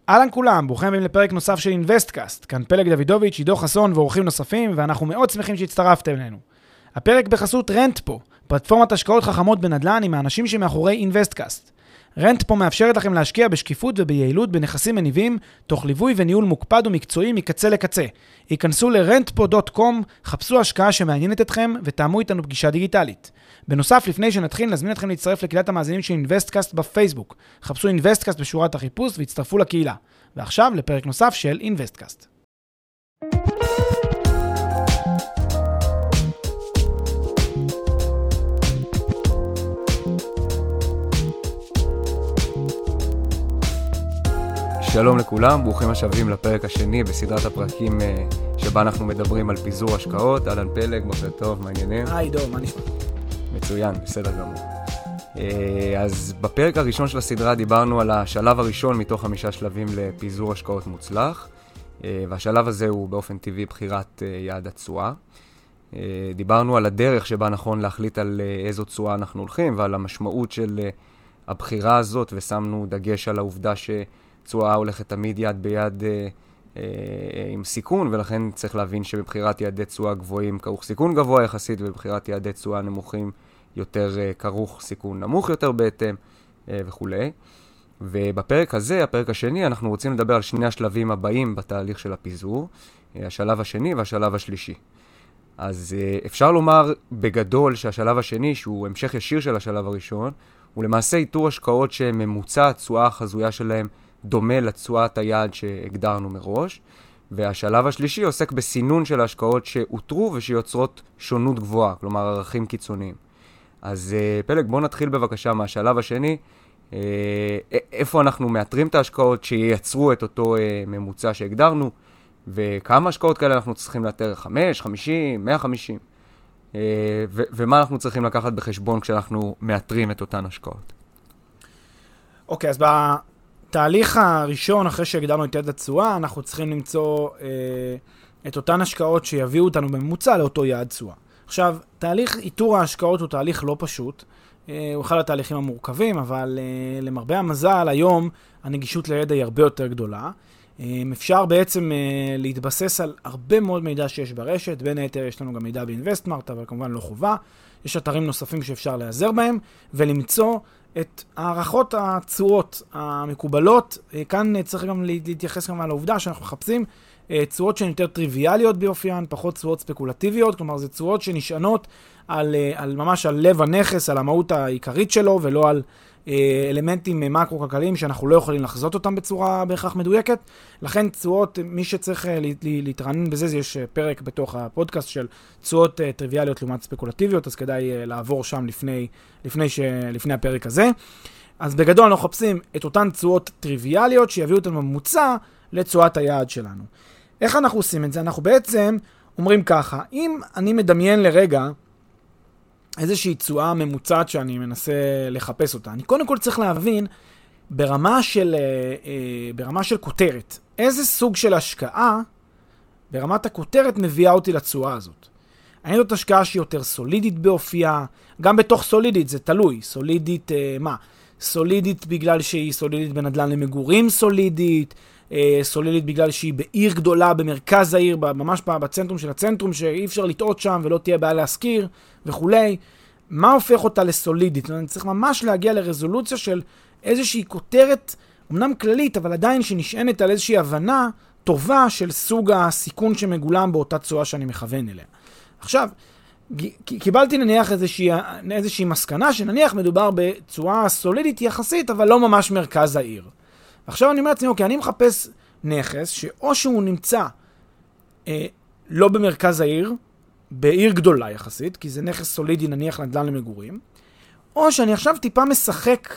אהלן כולם, ברוכים הבאים לפרק נוסף של אינבסטקאסט. כאן פלג דוידוביץ', עידו חסון ואורחים נוספים, ואנחנו מאוד שמחים שהצטרפתם אלינו. הפרק בחסות רנטפו, פלטפורמת השקעות חכמות בנדל"ן עם האנשים שמאחורי אינבסטקאסט. רנטפו מאפשרת לכם להשקיע בשקיפות וביעילות בנכסים מניבים, תוך ליווי וניהול מוקפד ומקצועי מקצה לקצה. היכנסו ל-rentpo.com, חפשו השקעה שמעניינת אתכם ותאמו איתנו פגישה דיגיטלית. בנוסף, לפני שנתחיל, נזמין אתכם להצטרף לקהילת המאזינים של אינבסטקאסט בפייסבוק. חפשו אינבסטקאסט בשורת החיפוש והצטרפו לקהילה. ועכשיו לפרק נוסף של אינבסטקאסט. שלום לכולם, ברוכים השבים לפרק השני בסדרת הפרקים שבה אנחנו מדברים על פיזור השקעות. אהלן פלג, בוקר טוב, מה העניינים? היי דו, מה נשמע? מצוין, בסדר גמור. אז בפרק הראשון של הסדרה דיברנו על השלב הראשון מתוך 5 שלבים לפיזור השקעות מוצלח, והשלב הזה הוא באופן טבעי בחירת יעד התשואה. דיברנו על הדרך שבה נכון להחליט על איזו תשואה אנחנו הולכים ועל המשמעות של הבחירה הזאת, ושמנו דגש על העובדה תשואה הולכת תמיד יד ביד עם סיכון, ולכן צריך להבין שבבחירת יעדי תשואה גבוהים כרוך סיכון גבוה יחסית, ובבחירת יעדי תשואה נמוכים יותר כרוך סיכון נמוך יותר בהתאם וכו'. ובפרק הזה, הפרק השני, אנחנו רוצים לדבר על שני השלבים הבאים בתהליך של הפיזור, השלב השני והשלב השלישי. אז אפשר לומר בגדול שהשלב השני, שהוא המשך ישיר של השלב הראשון, הוא למעשה איתור השקעות שממוצע התשואה החזויה שלהם דומה לתשואת היעד שהגדרנו מראש, והשלב השלישי עוסק בסינון של ההשקעות שאותרו ושיוצרות שונות גבוהה, כלומר ערכים קיצוניים. אז פלג, בוא נתחיל בבקשה מהשלב השני, איפה אנחנו מאתרים את ההשקעות שייצרו את אותו ממוצע שהגדרנו, וכמה השקעות כאלה אנחנו צריכים לאתר, 5, 50, 150, ומה אנחנו צריכים לקחת בחשבון כשאנחנו מאתרים את אותן השקעות. אוקיי, אז בתהליך הראשון, אחרי שהגדרנו את יעד התשואה, אנחנו צריכים למצוא את אותן השקעות שיביאו אותנו בממוצע לאותו יעד תשואה. עכשיו, תהליך איתור ההשקעות הוא תהליך לא פשוט, הוא אחד התהליכים המורכבים, אבל למרבה המזל, היום הנגישות לידע היא הרבה יותר גדולה. אפשר בעצם להתבסס על הרבה מאוד מידע שיש ברשת, בין היתר יש לנו גם מידע באינבסטמרט, אבל כמובן לא חובה. יש אתרים נוספים שאפשר להיעזר בהם, ולמצוא את הערכות התשואות המקובלות. כאן צריך גם להתייחס גם על העובדה שאנחנו מחפשים תשואות שהן יותר טריוויאליות באופיין, פחות תשואות ספקולטיביות, כלומר זה תשואות שנשענות ממש על לב הנכס, על המהות העיקרית שלו, ולא על אלמנטים מקרו-כלכליים שאנחנו לא יכולים לחזות אותם בצורה בהכרח מדויקת. לכן תשואות, מי שצריך להתרענן בזה, יש פרק בתוך הפודקאסט של תשואות טריוויאליות לעומת ספקולטיביות, אז כדאי לעבור שם לפני הפרק הזה. אז בגדול אנחנו מחפשים את אותן תשואות טריוויאליות שיביאו אותנו בממוצע לתשואת היעד שלנו. איך אנחנו עושים את זה? אנחנו בעצם אומרים ככה, אם אני מדמיין לרגע איזושהי תשואה ממוצעת שאני מנסה לחפש אותה, אני קודם כל צריך להבין ברמה של כותרת, איזה סוג של השקעה ברמת הכותרת מביאה אותי לתשואה הזאת. אני זאת השקעה שהיא יותר סולידית באופייה, גם בתוך סולידית זה תלוי, סולידית מה? סולידית בגלל שהיא סולידית בנדל"ן למגורים סולידית, סולידית בגלל שהיא בעיר גדולה, במרכז העיר, ממש בצנטרום של הצנטרום, שאי אפשר לטעות שם ולא תהיה בעיה להזכיר וכולי. מה הופך אותה לסולידית? אני צריך ממש להגיע לרזולוציה של איזושהי כותרת, אמנם כללית, אבל עדיין שנשענת על איזושהי הבנה טובה של סוג הסיכון שמגולם באותה תשואה שאני מכוון אליה. עכשיו, קיבלתי נניח איזושהי מסקנה שנניח מדובר בתשואה סולידית יחסית, אבל לא ממש מרכז העיר. עכשיו אני אומר לעצמי, אוקיי, אני מחפש נכס שאו שהוא נמצא לא במרכז העיר, בעיר גדולה יחסית, כי זה נכס סולידי נניח נדל"ן למגורים, או שאני עכשיו טיפה משחק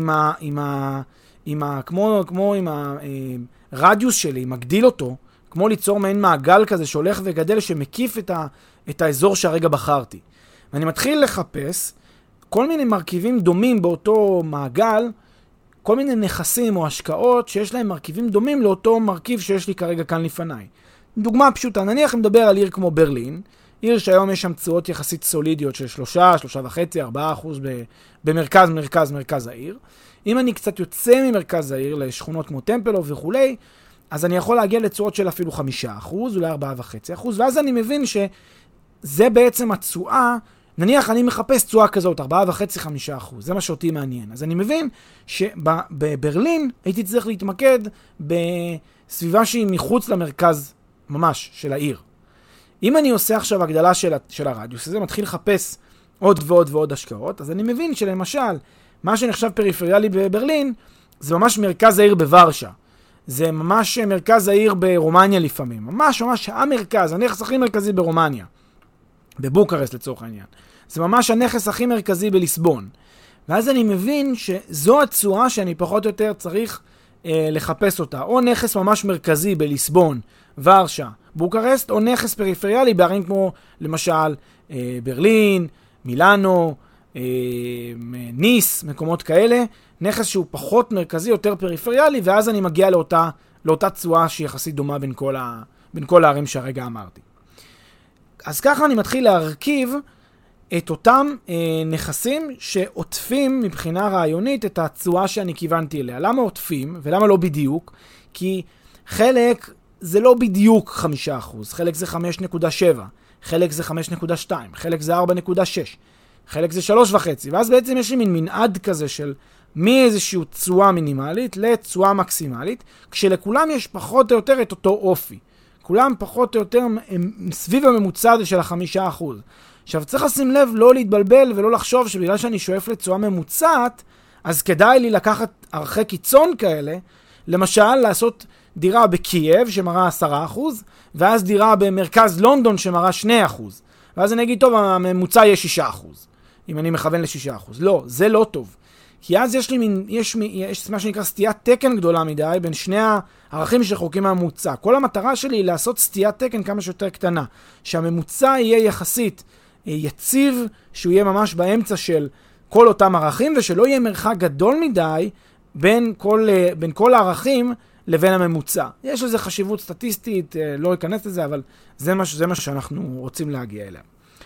כמו עם הרדיוס שלי, מגדיל אותו, כמו ליצור מעין מעגל כזה שהולך וגדל, שמקיף את האזור שהרגע בחרתי. ואני מתחיל לחפש כל מיני מרכיבים דומים באותו מעגל, כל מיני נכסים או השקעות שיש להם מרכיבים דומים לאותו מרכיב שיש לי כרגע כאן לפניי. דוגמה פשוטה, נניח מדבר על עיר כמו ברלין, עיר שהיום יש שם תשואות יחסית סולידיות של 3.5%, 4% במרכז העיר. אם אני קצת יוצא ממרכז העיר לשכונות כמו טמפלוב וכולי, אז אני יכול להגיע לצורות של אפילו 5%, אולי 4.5%, ואז אני מבין שזה בעצם התשואה, נניח אני מחפש תשואה כזאת, 4.5-5%, זה מה שאותי מעניין. אז אני מבין שבברלין הייתי צריך להתמקד בסביבה שהיא מחוץ למרכז ממש של העיר. אם אני עושה עכשיו הגדלה של הרדיוס, זה מתחיל לחפש עוד ועוד ועוד השקעות, אז אני מבין שלמשל, מה שנחשב פריפריאלי בברלין, זה ממש מרכז העיר בוורשה. זה ממש מרכז העיר ברומניה לפעמים. ממש המרכז, הנכס הכי מרכזי ברומניה. בבוקרסט לצורך העניין. זה ממש הנכס הכי מרכזי בליסבון. ואז אני מבין שזו התשואה שאני פחות או יותר צריך לחפש אותה. או נכס ממש מרכזי בליסבון, ורשה, בוקרסט, או נכס פריפריאלי בערים כמו למשל ברלין, מילאנו, ניס, מקומות כאלה. נכס שהוא פחות מרכזי, יותר פריפריאלי, ואז אני מגיע לאותה תשואה שהיא יחסית דומה בין כל הערים שהרגע אמרתי. אז ככה אני מתחיל להרכיב את אותם נכסים שעוטפים מבחינה רעיונית את התשואה שאני כיוונתי אליה. למה עוטפים ולמה לא בדיוק? כי חלק זה לא בדיוק 5%, חלק זה 5.7, חלק זה 5.2, חלק זה 4.6, חלק זה 3.5, ואז בעצם יש לי מין מנעד כזה של מאיזושהי תשואה מינימלית לתשואה מקסימלית, כשלכולם יש פחות או יותר את אותו אופי. כולם פחות או יותר סביב הממוצע הזה של 5%. עכשיו צריך לשים לב לא להתבלבל ולא לחשוב שבגלל שאני שואף לתשואה ממוצעת, אז כדאי לי לקחת ערכי קיצון כאלה, למשל לעשות דירה בקייב שמראה 10%, ואז דירה במרכז לונדון שמראה 2%. ואז אני אגיד, טוב, הממוצע יהיה 6%, אם אני מכוון ל6%. לא, זה לא טוב. כי אז יש מה שנקרא סטיית תקן גדולה מדי בין שני הערכים שחוקים מהממוצע. כל המטרה שלי היא לעשות סטיית תקן כמה שיותר קטנה. שהממוצע יהיה יחסית יציב, שהוא יהיה ממש באמצע של כל אותם ערכים, ושלא יהיה מרחק גדול מדי בין כל הערכים לבין הממוצע. יש לזה חשיבות סטטיסטית, לא אכנס לזה, אבל זה מה שאנחנו רוצים להגיע אליה.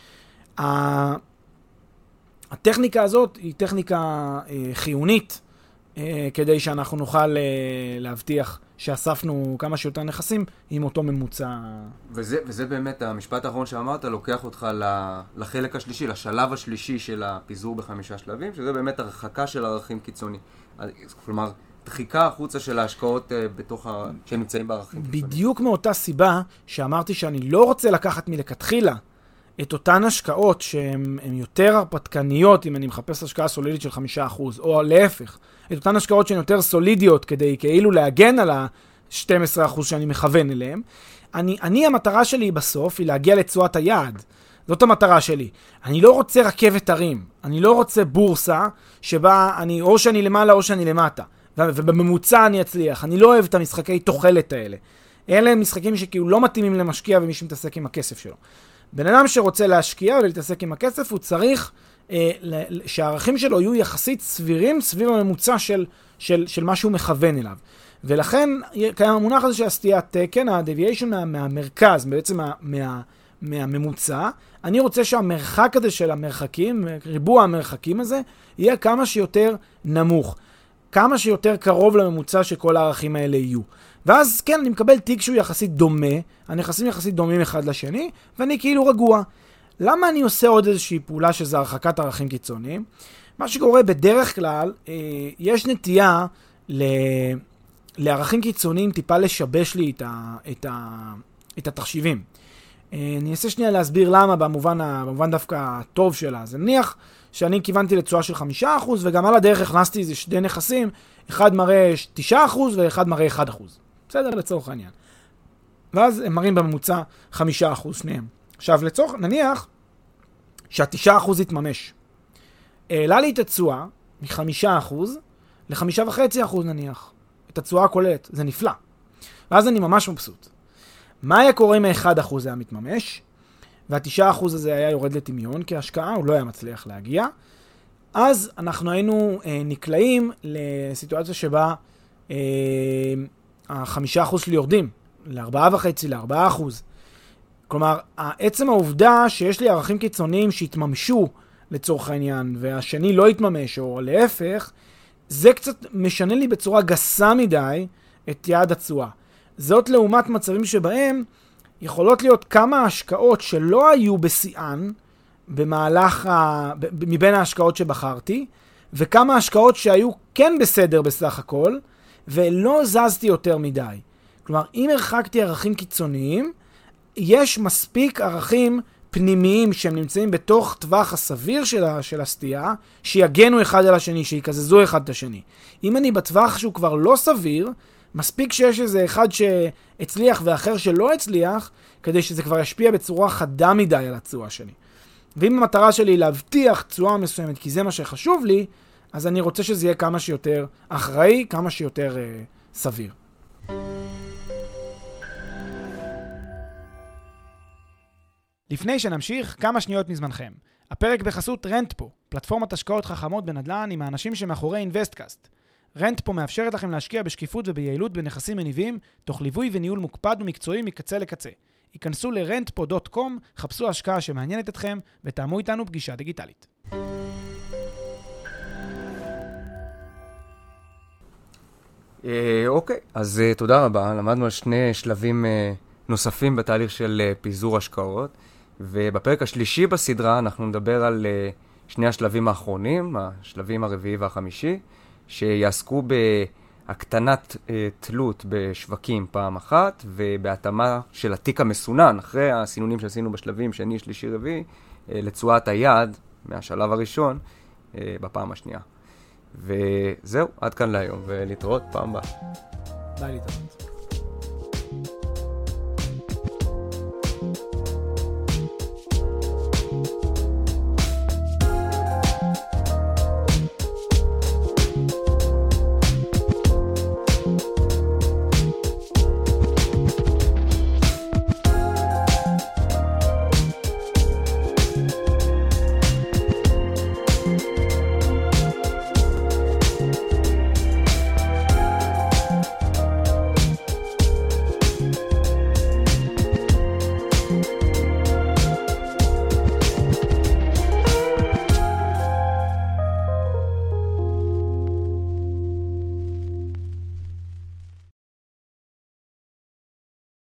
הטכניקה הזאת היא טכניקה חיונית, כדי שאנחנו נוכל להבטיח שאספנו כמה שיותר נכסים עם אותו ממוצע. וזה באמת המשפט האחרון שאמרת, לוקח אותך לחלק השלישי, לשלב השלישי של הפיזור ב5 שלבים, שזה באמת הרחקה של ערכים קיצוני. כלומר, דחיקה החוצה של ההשקעות שנמצאים בערכים קיצוניים. בדיוק מאותה סיבה שאמרתי שאני לא רוצה לקחת מלכתחילה את אותן השקעות שהן יותר הרפתקניות, אם אני מחפש השקעה סולידית של 5%, או להפך, את אותן השקעות שהן יותר סולידיות, כדי כאילו להגן על ה-12% שאני מכוון אליהם. המטרה שלי בסוף היא להגיע לתשואת היעד. זאת המטרה שלי. אני לא רוצה רכבת הרים. אני לא רוצה בורסה שבה או שאני למעלה או שאני למטה. ובממוצע אני אצליח. אני לא אוהב את המשחקי תוחלת האלה. אלה הם משחקים שכאילו לא מתאימים למשקיע ומי שמתעסק עם הכסף שלו. בן אדם שרוצה להשקיע ולהתעסק עם הכסף, הוא צריך שהערכים שלו יהיו יחסית סבירים סביב הממוצע של מה שהוא מכוון אליו. ולכן קיים המונח הזה של הסטיית תקן, ה-deviation מהמרכז, בעצם מהממוצע. אני רוצה שהמרחק הזה של המרחקים, ריבוע המרחקים הזה, יהיה כמה שיותר נמוך. כמה שיותר קרוב לממוצע שכל הערכים האלה יהיו. ואז כן, אני מקבל תיק שהוא יחסית דומה, הנכסים יחסית דומים אחד לשני, ואני כאילו רגוע. למה אני עושה עוד איזושהי פעולה שזה הרחקת ערכים קיצוניים? מה שקורה בדרך כלל, יש נטייה לערכים קיצוניים טיפה לשבש לי את התחשיבים. אני אנסה שנייה להסביר למה במובן דווקא הטוב שלה. זה נניח שאני כיוונתי לתשואה של 5%, וגם על הדרך הכנסתי איזה שני נכסים, אחד מראה 9% ואחד מראה 1%. בסדר, לצורך העניין. ואז הם מראים בממוצע 5% שניהם. עכשיו, נניח שה9% יתממש. העלה לי את התשואה מ5% ל5.5% נניח. את התשואה הכוללת. זה נפלא. ואז אני ממש מבסוט. מה היה קורה אם ה1% היה מתממש? וה9% הזה היה יורד לטמיון כהשקעה, הוא לא היה מצליח להגיע. אז אנחנו היינו נקלעים לסיטואציה שבה 5% שלי יורדים, ל4.5%, ל4%. כלומר, עצם העובדה שיש לי ערכים קיצוניים שהתממשו לצורך העניין, והשני לא התממש, או להפך, זה קצת משנה לי בצורה גסה מדי את יעד התשואה. זאת לעומת מצבים שבהם יכולות להיות כמה השקעות שלא היו בשיאן מבין ההשקעות שבחרתי, וכמה השקעות שהיו כן בסדר בסך הכל, ולא זזתי יותר מדי. כלומר, אם הרחקתי ערכים קיצוניים, יש מספיק ערכים פנימיים שהם נמצאים בתוך טווח הסביר של הסטייה, שיגנו אחד על השני, שיקזזו אחד את השני. אם אני בטווח שהוא כבר לא סביר, מספיק שיש איזה אחד שהצליח ואחר שלא הצליח, כדי שזה כבר ישפיע בצורה חדה מדי על התשואה שלי. ואם המטרה שלי היא להבטיח תשואה מסוימת, כי זה מה שחשוב לי, אז אני רוצה שזה יהיה כמה שיותר אחראי, כמה שיותר סביר. לפני שנמשיך, כמה שניות מזמנכם. הפרק בחסות רנטפו, פלטפורמת השקעות חכמות בנדל"ן עם האנשים שמאחורי אינבסטקאסט. רנטפו מאפשרת לכם להשקיע בשקיפות וביעילות בנכסים מניבים, תוך ליווי וניהול מוקפד ומקצועי מקצה לקצה. היכנסו ל-rentpo.com, חפשו השקעה שמעניינת אתכם ותאמו איתנו פגישה דיגיטלית. אוקיי, אז תודה רבה. למדנו על שני שלבים נוספים בתהליך של פיזור השקעות, ובפרק השלישי בסדרה אנחנו נדבר על שני השלבים האחרונים, השלבים הרביעי והחמישי, שיעסקו בהקטנת תלות בשווקים פעם אחת, ובהתאמה של התיק המסונן, אחרי הסינונים שעשינו בשלבים שני, שלישי, רביעי, לתשואת היעד מהשלב הראשון בפעם השנייה. וזהו, עד כאן להיום, ולהתראות פעם הבאה. ביי, להתראות.